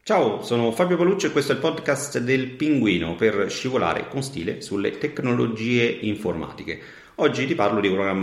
Ciao, sono Fabio Paluccio e questo è il podcast del Pinguino per scivolare con stile sulle tecnologie informatiche. Oggi ti parlo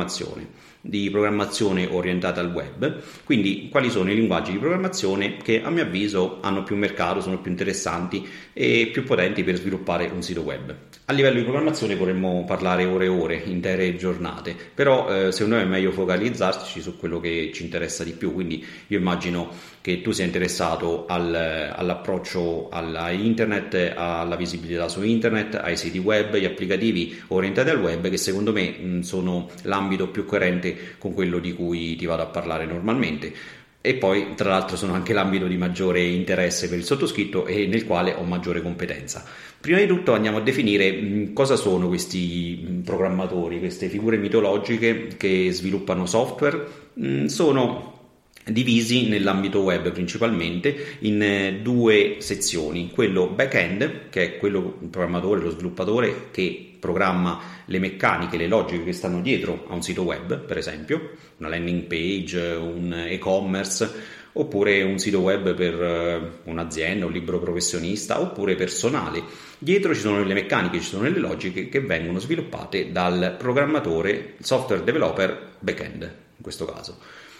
di programmazione orientata al web, quindi quali sono i linguaggi di programmazione che a mio avviso hanno più mercato, sono più interessanti e più potenti per sviluppare un sito web. A livello di programmazione potremmo parlare ore e ore, intere giornate, però secondo me è meglio focalizzarci su quello che ci interessa di più, quindi io immagino che tu sia interessato all'approccio alla internet, alla visibilità su internet, ai siti web, gli applicativi orientati al web, che secondo me sono l'ambito più coerente con quello di cui ti vado a parlare normalmente. E poi tra l'altro sono anche l'ambito di maggiore interesse per il sottoscritto e nel quale ho maggiore competenza. Prima di tutto andiamo a definire cosa sono questi programmatori, queste figure mitologiche che sviluppano software. Sono divisi nell'ambito web principalmente in due sezioni: quello back-end, che è quello il programmatore, lo sviluppatore che programma le meccaniche, le logiche che stanno dietro a un sito web, per esempio una landing page, un e-commerce, oppure un sito web per un'azienda, un libero professionista oppure personale. Dietro ci sono le meccaniche, ci sono le logiche che vengono sviluppate dal programmatore, software developer back-end in questo caso.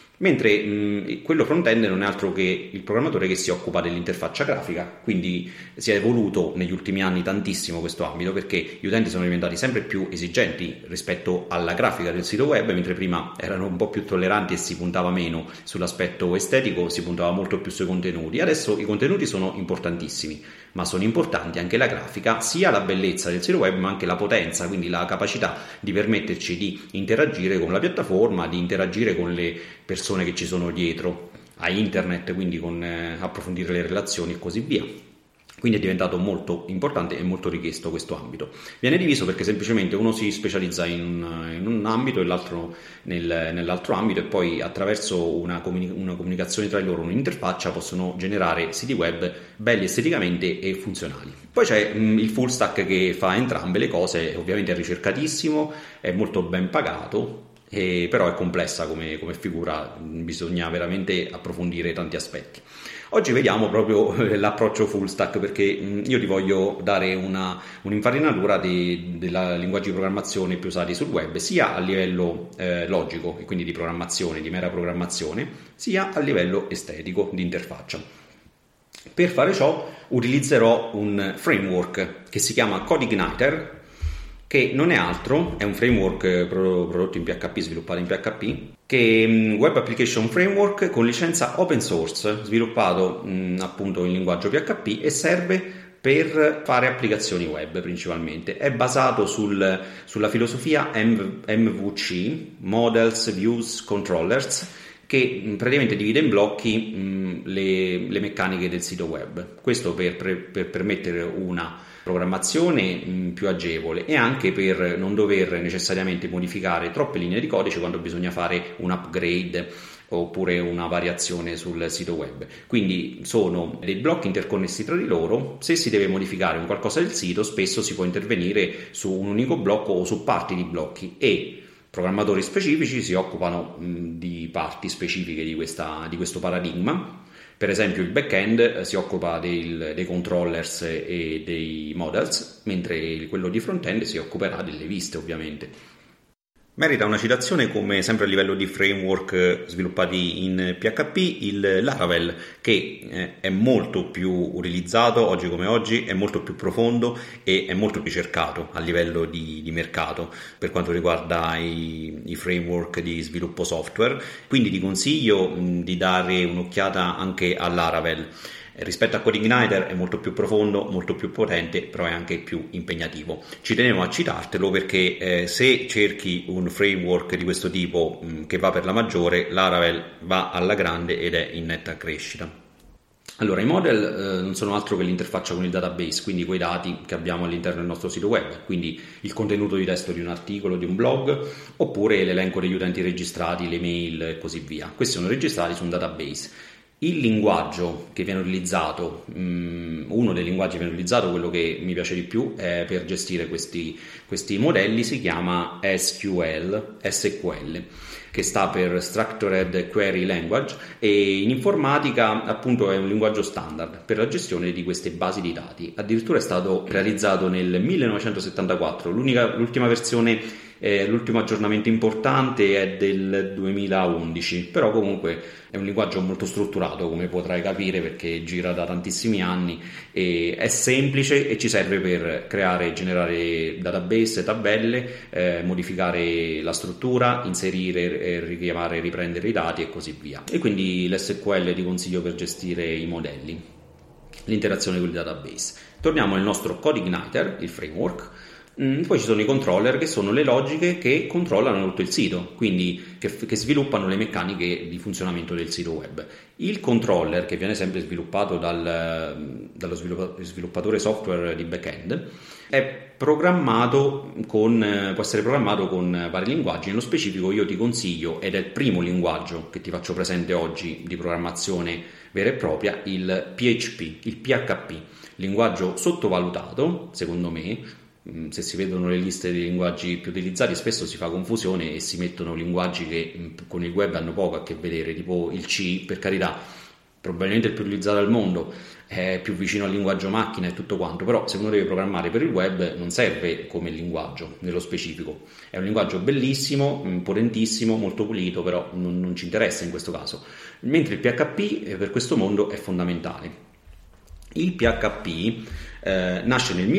Mentre quello front-end non è altro che il programmatore che si occupa dell'interfaccia grafica, quindi si è evoluto negli ultimi anni tantissimo questo ambito, perché gli utenti sono diventati sempre più esigenti rispetto alla grafica del sito web, mentre prima erano un po' più tolleranti e si puntava meno sull'aspetto estetico, si puntava molto più sui contenuti. Adesso i contenuti sono importantissimi, ma sono importanti anche la grafica, sia la bellezza del sito web ma anche la potenza, quindi la capacità di permetterci di interagire con la piattaforma, di interagire con le persone che ci sono dietro a internet, quindi con approfondire le relazioni e così via. Quindi è diventato molto importante e molto richiesto questo ambito. Viene diviso perché semplicemente uno si specializza in un ambito e l'altro nell'altro ambito, e poi attraverso una comunicazione tra di loro, un'interfaccia, possono generare siti web belli esteticamente e funzionali. Poi c'è il full stack che fa entrambe le cose, ovviamente è ricercatissimo, è molto ben pagato, però è complessa come figura, bisogna veramente approfondire tanti aspetti. Oggi vediamo proprio l'approccio full stack, perché io ti voglio dare un'infarinatura dei linguaggi di programmazione più usati sul web, sia a livello logico e quindi di programmazione, di mera programmazione, sia a livello estetico, di interfaccia. Per fare ciò utilizzerò un framework che si chiama CodeIgniter, che non è altro, è un framework prodotto in PHP, sviluppato in PHP, che è un Web Application Framework con licenza open source, sviluppato appunto in linguaggio PHP, e serve per fare applicazioni web principalmente. È basato sulla filosofia MVC, Models, Views, Controllers, che praticamente divide in blocchi le meccaniche del sito web. Questo per permettere una programmazione più agevole, e anche per non dover necessariamente modificare troppe linee di codice quando bisogna fare un upgrade oppure una variazione sul sito web. Quindi sono dei blocchi interconnessi tra di loro. Se si deve modificare un qualcosa del sito, spesso si può intervenire su un unico blocco o su parti di blocchi, e programmatori specifici si occupano di parti specifiche di questo paradigma. Per esempio il back-end si occupa dei controllers e dei models, mentre quello di front-end si occuperà delle viste, ovviamente. Merita una citazione, come sempre a livello di framework sviluppati in PHP, il Laravel, che è molto più utilizzato oggi come oggi, è molto più profondo e è molto ricercato a livello di mercato per quanto riguarda i framework di sviluppo software. Quindi ti consiglio di dare un'occhiata anche al Laravel. Rispetto a CodeIgniter è molto più profondo, molto più potente, però è anche più impegnativo. Ci tenevo a citartelo perché se cerchi un framework di questo tipo che va per la maggiore, Laravel va alla grande ed è in netta crescita. Allora, i model non sono altro che l'interfaccia con il database, quindi quei dati che abbiamo all'interno del nostro sito web, quindi il contenuto di testo di un articolo, di un blog, oppure l'elenco degli utenti registrati, le mail e così via. Questi sono registrati su un database. Il linguaggio che viene utilizzato, uno dei linguaggi che viene utilizzato, quello che mi piace di più per gestire questi modelli, si chiama SQL. che sta per Structured Query Language, e in informatica appunto è un linguaggio standard per la gestione di queste basi di dati. Addirittura è stato realizzato nel 1974, l'ultima versione, l'ultimo aggiornamento importante è del 2011, però comunque è un linguaggio molto strutturato, come potrai capire, perché gira da tantissimi anni e è semplice e ci serve per creare e generare database, tabelle, modificare la struttura, inserire, richiamare, riprendere i dati e così via. E quindi l'SQL ti consiglio per gestire i modelli, l'interazione con il database. Torniamo al nostro CodeIgniter, il framework. Poi ci sono i controller, che sono le logiche che controllano tutto il sito, quindi che sviluppano le meccaniche di funzionamento del sito web. Il controller, che viene sempre sviluppato dallo sviluppatore software di backend, può essere programmato con vari linguaggi. Nello specifico io ti consiglio, ed è il primo linguaggio che ti faccio presente oggi di programmazione vera e propria, il PHP, il PHP, linguaggio sottovalutato secondo me. Se si vedono le liste dei linguaggi più utilizzati spesso si fa confusione e si mettono linguaggi che con il web hanno poco a che vedere, tipo il C, per carità, probabilmente il più utilizzato al mondo, è più vicino al linguaggio macchina e tutto quanto, però se uno deve programmare per il web non serve come linguaggio nello specifico. È un linguaggio bellissimo, potentissimo, molto pulito, però non ci interessa in questo caso, mentre il PHP per questo mondo è fondamentale. Il PHP nasce nel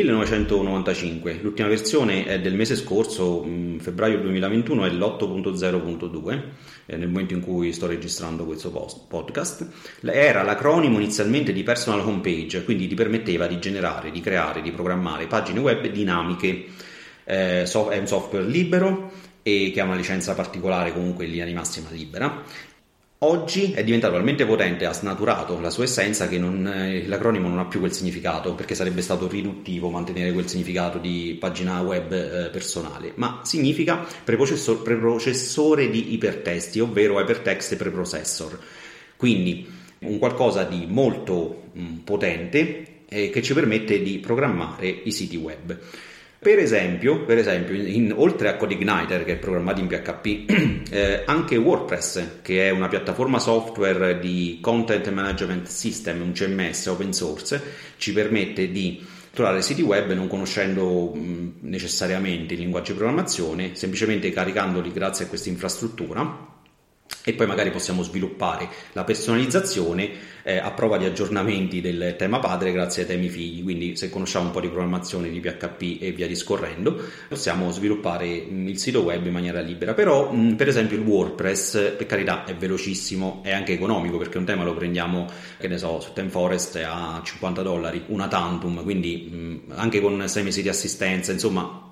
1995, l'ultima versione è del mese scorso, febbraio 2021, è l'8.0.2, nel momento in cui sto registrando questo podcast. Era l'acronimo inizialmente di Personal Homepage, quindi ti permetteva di generare, di creare, di programmare pagine web dinamiche. È un software libero e che ha una licenza particolare, comunque in linea di massima libera. Oggi è diventato talmente potente, ha snaturato la sua essenza, che l'acronimo non ha più quel significato, perché sarebbe stato riduttivo mantenere quel significato di pagina web personale, ma significa preprocessore di ipertesti, ovvero hypertext preprocessor, quindi un qualcosa di molto potente che ci permette di programmare i siti web. Per esempio, oltre a CodeIgniter, che è programmato in PHP, anche WordPress, che è una piattaforma software di Content Management System, un CMS open source, ci permette di trovare siti web non conoscendo necessariamente il linguaggio di programmazione, semplicemente caricandoli grazie a questa infrastruttura. E poi magari possiamo sviluppare la personalizzazione a prova di aggiornamenti del tema padre grazie ai temi figli. Quindi se conosciamo un po' di programmazione di PHP e via discorrendo, possiamo sviluppare il sito web in maniera libera. Però per esempio il WordPress, per carità, è velocissimo, è anche economico, perché un tema lo prendiamo, che ne so, su ThemeForest a $50 una tantum, quindi anche con 6 mesi di assistenza, insomma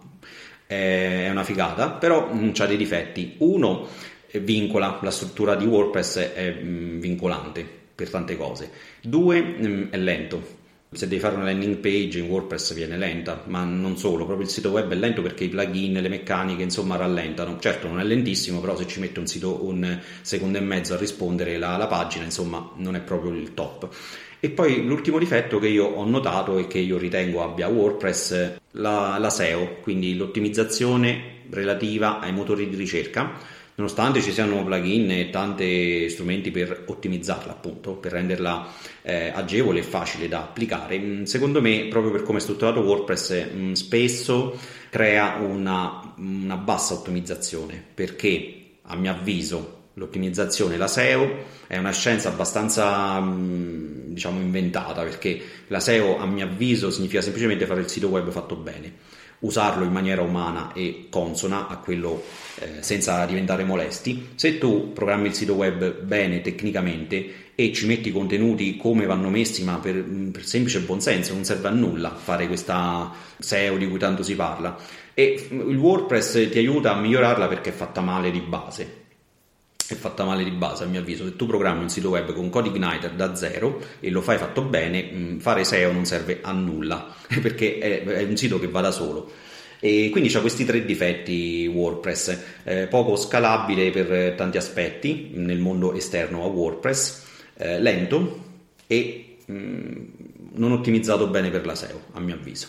è una figata, però c'ha dei difetti. Uno, vincola, la struttura di WordPress è vincolante per tante cose. Due, è lento. Se devi fare una landing page in WordPress viene lenta, ma non solo, proprio il sito web è lento perché i plugin, le meccaniche, insomma, rallentano. Certo, non è lentissimo, però se ci mette un secondo e mezzo a rispondere la pagina, insomma, non è proprio il top. E poi l'ultimo difetto che io ho notato e che io ritengo abbia WordPress, la SEO, quindi l'ottimizzazione relativa ai motori di ricerca. Nonostante ci siano plugin e tanti strumenti per ottimizzarla, appunto, per renderla agevole e facile da applicare, secondo me, proprio per come è strutturato WordPress, spesso crea una bassa ottimizzazione, perché a mio avviso l'ottimizzazione, la SEO, è una scienza abbastanza diciamo inventata, perché la SEO a mio avviso significa semplicemente fare il sito web fatto bene, usarlo in maniera umana e consona a quello, senza diventare molesti. Se tu programmi il sito web bene tecnicamente e ci metti i contenuti come vanno messi, ma per semplice buonsenso, non serve a nulla fare questa SEO di cui tanto si parla, e il WordPress ti aiuta a migliorarla perché è fatta male di base. È fatta male di base a mio avviso. Se tu programmi un sito web con CodeIgniter da zero e lo fai fatto bene, fare SEO non serve a nulla perché è un sito che va da solo. E quindi c'ha questi 3 difetti WordPress: poco scalabile per tanti aspetti nel mondo esterno a WordPress, lento e non ottimizzato bene per la SEO a mio avviso.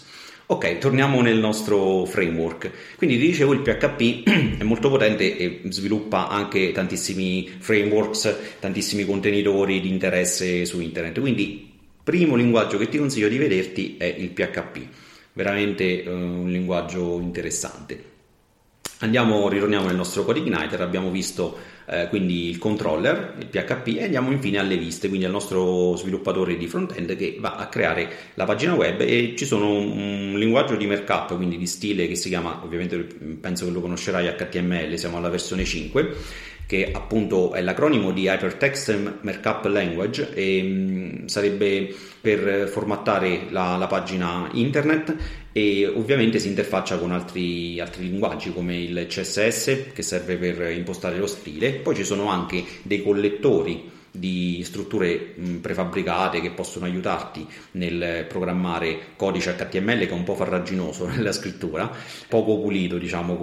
Ok, torniamo nel nostro framework. Quindi ti dicevo, il PHP è molto potente e sviluppa anche tantissimi frameworks, tantissimi contenitori di interesse su internet. Quindi, primo linguaggio che ti consiglio di vederti è il PHP, veramente un linguaggio interessante. Ritorniamo nel nostro CodeIgniter, abbiamo visto quindi il controller, il PHP, e andiamo infine alle viste, quindi al nostro sviluppatore di front-end che va a creare la pagina web, e ci sono un linguaggio di markup, quindi di stile, che si chiama, ovviamente penso che lo conoscerai, HTML, siamo alla versione 5, che appunto è l'acronimo di Hypertext Markup Language, e sarebbe per formattare la pagina internet, e ovviamente si interfaccia con altri linguaggi come il CSS, che serve per impostare lo stile. Poi ci sono anche dei collettori di strutture prefabbricate che possono aiutarti nel programmare codice HTML, che è un po' farraginoso nella scrittura, poco pulito diciamo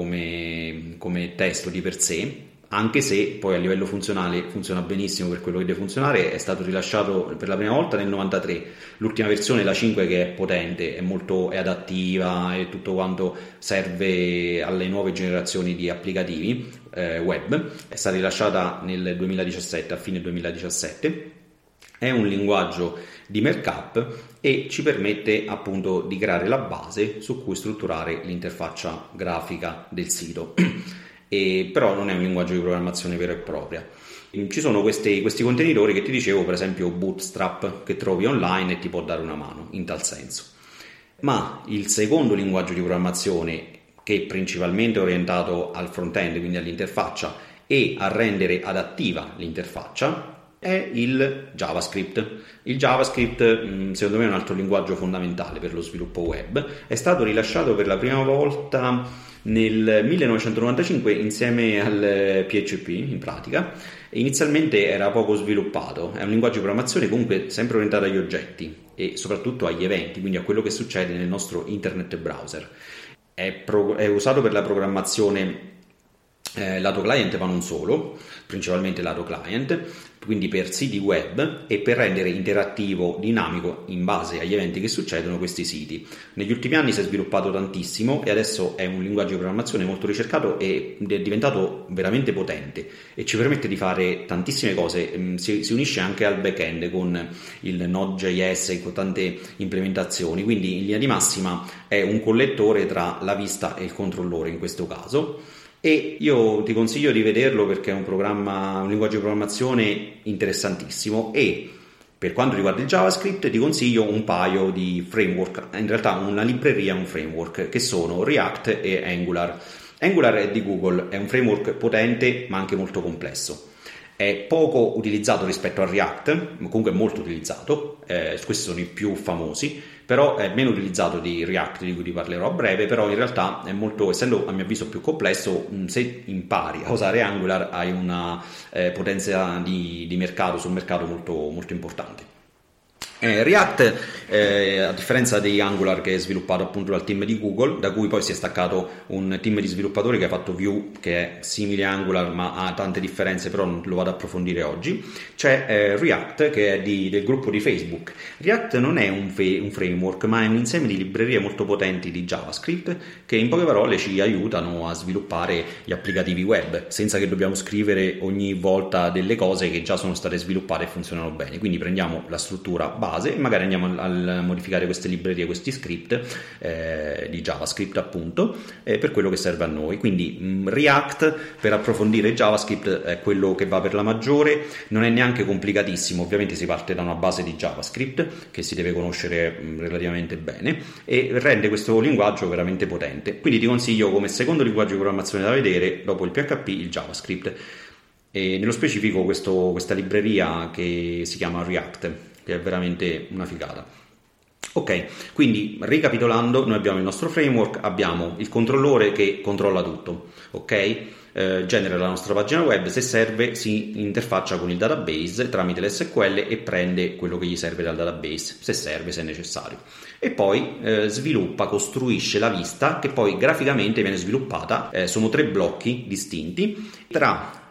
come testo di per sé, anche se poi a livello funzionale funziona benissimo per quello che deve funzionare. È stato rilasciato per la prima volta nel 93, l'ultima versione, la 5, che è potente, è adattiva, e tutto quanto serve alle nuove generazioni di applicativi web. È stata rilasciata nel 2017, a fine 2017. È un linguaggio di markup e ci permette appunto di creare la base su cui strutturare l'interfaccia grafica del sito. Però non è un linguaggio di programmazione vera e propria. Ci sono questi contenitori che ti dicevo, per esempio Bootstrap, che trovi online e ti può dare una mano in tal senso. Ma il secondo linguaggio di programmazione, che è principalmente orientato al front-end, quindi all'interfaccia, e a rendere adattiva l'interfaccia, è il JavaScript. Il JavaScript, secondo me, è un altro linguaggio fondamentale per lo sviluppo web. È stato rilasciato per la prima volta nel 1995 insieme al PHP, in pratica. Inizialmente era poco sviluppato, è un linguaggio di programmazione comunque sempre orientato agli oggetti e soprattutto agli eventi, quindi a quello che succede nel nostro internet browser. È usato per la programmazione lato client, ma non solo, principalmente lato client, quindi per siti web, e per rendere interattivo, dinamico, in base agli eventi che succedono, questi siti. Negli ultimi anni si è sviluppato tantissimo e adesso è un linguaggio di programmazione molto ricercato e è diventato veramente potente e ci permette di fare tantissime cose. Si unisce anche al back-end con il Node.js e con tante implementazioni, quindi in linea di massima è un collettore tra la vista e il controllore in questo caso. E io ti consiglio di vederlo perché è un linguaggio di programmazione interessantissimo. E per quanto riguarda il JavaScript ti consiglio un paio di framework, in realtà una libreria e un framework, che sono React e Angular. Angular è di Google, è un framework potente ma anche molto complesso. È poco utilizzato rispetto a React, comunque è molto utilizzato, questi sono i più famosi, però è meno utilizzato di React, di cui ti parlerò a breve. Però in realtà è molto, essendo a mio avviso più complesso, se impari a usare Angular hai una potenza di mercato sul mercato molto, molto importante. React, a differenza di Angular, che è sviluppato appunto dal team di Google, da cui poi si è staccato un team di sviluppatori che ha fatto Vue, che è simile a Angular ma ha tante differenze, però non lo vado ad approfondire oggi. C'è React, che è del gruppo di Facebook. React non è un framework, ma è un insieme di librerie molto potenti di JavaScript che in poche parole ci aiutano a sviluppare gli applicativi web senza che dobbiamo scrivere ogni volta delle cose che già sono state sviluppate e funzionano bene. Quindi prendiamo la struttura base e magari andiamo a modificare queste librerie, questi script di JavaScript appunto, per quello che serve a noi. Quindi React per approfondire JavaScript è quello che va per la maggiore, non è neanche complicatissimo, ovviamente si parte da una base di JavaScript che si deve conoscere relativamente bene e rende questo linguaggio veramente potente. Quindi ti consiglio come secondo linguaggio di programmazione da vedere dopo il PHP il JavaScript, e nello specifico questa libreria che si chiama React, che è veramente una figata. Ok, quindi ricapitolando, noi abbiamo il nostro framework, abbiamo il controllore che controlla tutto, ok? Genera la nostra pagina web, se serve si interfaccia con il database tramite l'SQL e prende quello che gli serve dal database, se serve, se è necessario. E poi costruisce la vista che poi graficamente viene sviluppata. Sono 3 blocchi distinti tra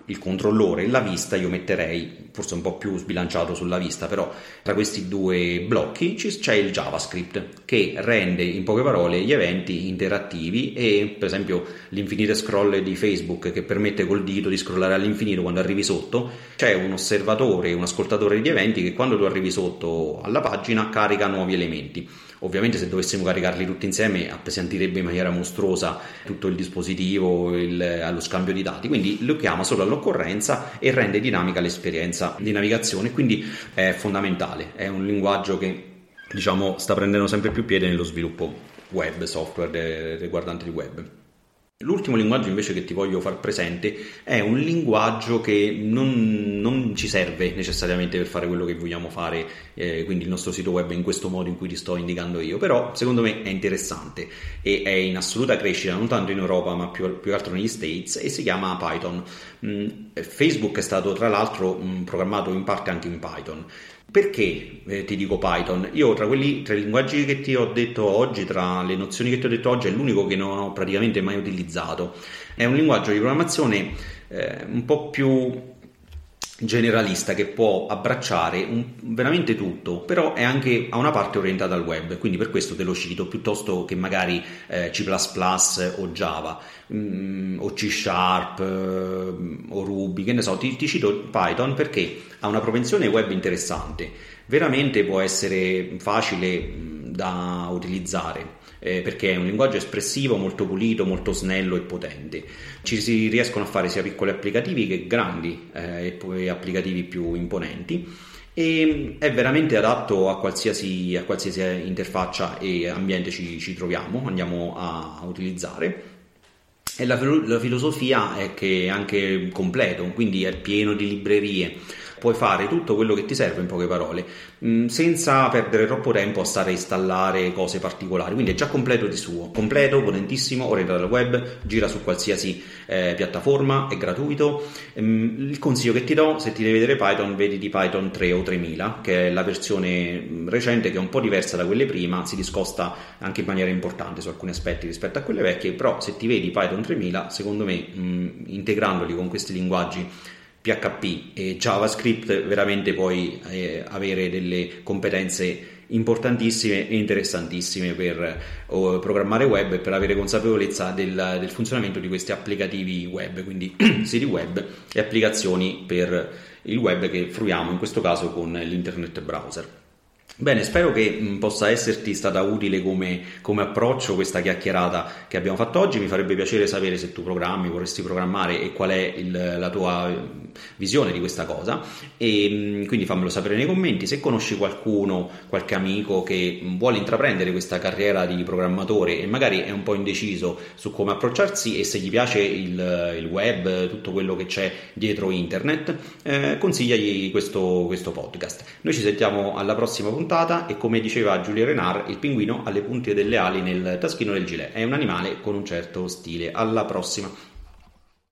il controllore e la vista, io metterei forse un po' più sbilanciato sulla vista, però tra questi due blocchi c'è il JavaScript, che rende in poche parole gli eventi interattivi, e per esempio l'infinite scroll di Facebook, che permette col dito di scrollare all'infinito quando arrivi sotto, c'è un osservatore, un ascoltatore di eventi che quando tu arrivi sotto alla pagina carica nuovi elementi. Ovviamente se dovessimo caricarli tutti insieme appesantirebbe in maniera mostruosa tutto il dispositivo, allo scambio di dati, quindi lo chiama solo all'occorrenza e rende dinamica l'esperienza di navigazione, quindi è fondamentale, è un linguaggio che diciamo sta prendendo sempre più piede nello sviluppo web, software riguardante il web. L'ultimo linguaggio invece che ti voglio far presente è un linguaggio che non ci serve necessariamente per fare quello che vogliamo fare, quindi il nostro sito web in questo modo in cui ti sto indicando io, però secondo me è interessante e è in assoluta crescita non tanto in Europa ma più che altro negli States, e si chiama Python. Facebook è stato tra l'altro programmato in parte anche in Python. Perché ti dico Python? Io tra i linguaggi che ti ho detto oggi, tra le nozioni che ti ho detto oggi, è l'unico che non ho praticamente mai utilizzato. È un linguaggio di programmazione un po' più generalista, che può abbracciare veramente tutto, però ha una parte orientata al web, quindi per questo te lo cito piuttosto che magari C++ o Java o C Sharp o Ruby, che ne so. Ti cito Python perché ha una propensione web interessante, veramente può essere facile da utilizzare, perché è un linguaggio espressivo, molto pulito, molto snello e potente. Ci si riescono a fare sia piccoli applicativi che grandi e poi applicativi più imponenti, e è veramente adatto a qualsiasi interfaccia e ambiente ci andiamo a utilizzare. E la filosofia è che è anche completo, quindi è pieno di librerie, puoi fare tutto quello che ti serve in poche parole, senza perdere troppo tempo a stare a installare cose particolari, quindi è già completo di suo, completo, potentissimo, orientato al web, gira su qualsiasi piattaforma, è gratuito. Il consiglio che ti do, se ti devi vedere Python, vedi di Python 3 o 3000, che è la versione recente, che è un po' diversa da quelle prima, si discosta anche in maniera importante su alcuni aspetti rispetto a quelle vecchie, però se ti vedi Python 3000, secondo me integrandoli con questi linguaggi PHP e JavaScript veramente puoi avere delle competenze importantissime e interessantissime per programmare web e per avere consapevolezza del funzionamento di questi applicativi web, quindi siti web e applicazioni per il web che fruiamo in questo caso con l'internet browser. Bene, spero che possa esserti stata utile come approccio questa chiacchierata che abbiamo fatto oggi. Mi farebbe piacere sapere se tu vorresti programmare e qual è la tua visione di questa cosa, e quindi fammelo sapere nei commenti. Se conosci qualche amico che vuole intraprendere questa carriera di programmatore e magari è un po' indeciso su come approcciarsi, e se gli piace il web, tutto quello che c'è dietro internet, consigliagli questo podcast. Noi ci sentiamo alla prossima puntata, e come diceva Julien Renard, il pinguino ha le punte delle ali nel taschino del gilet, è un animale con un certo stile. Alla prossima.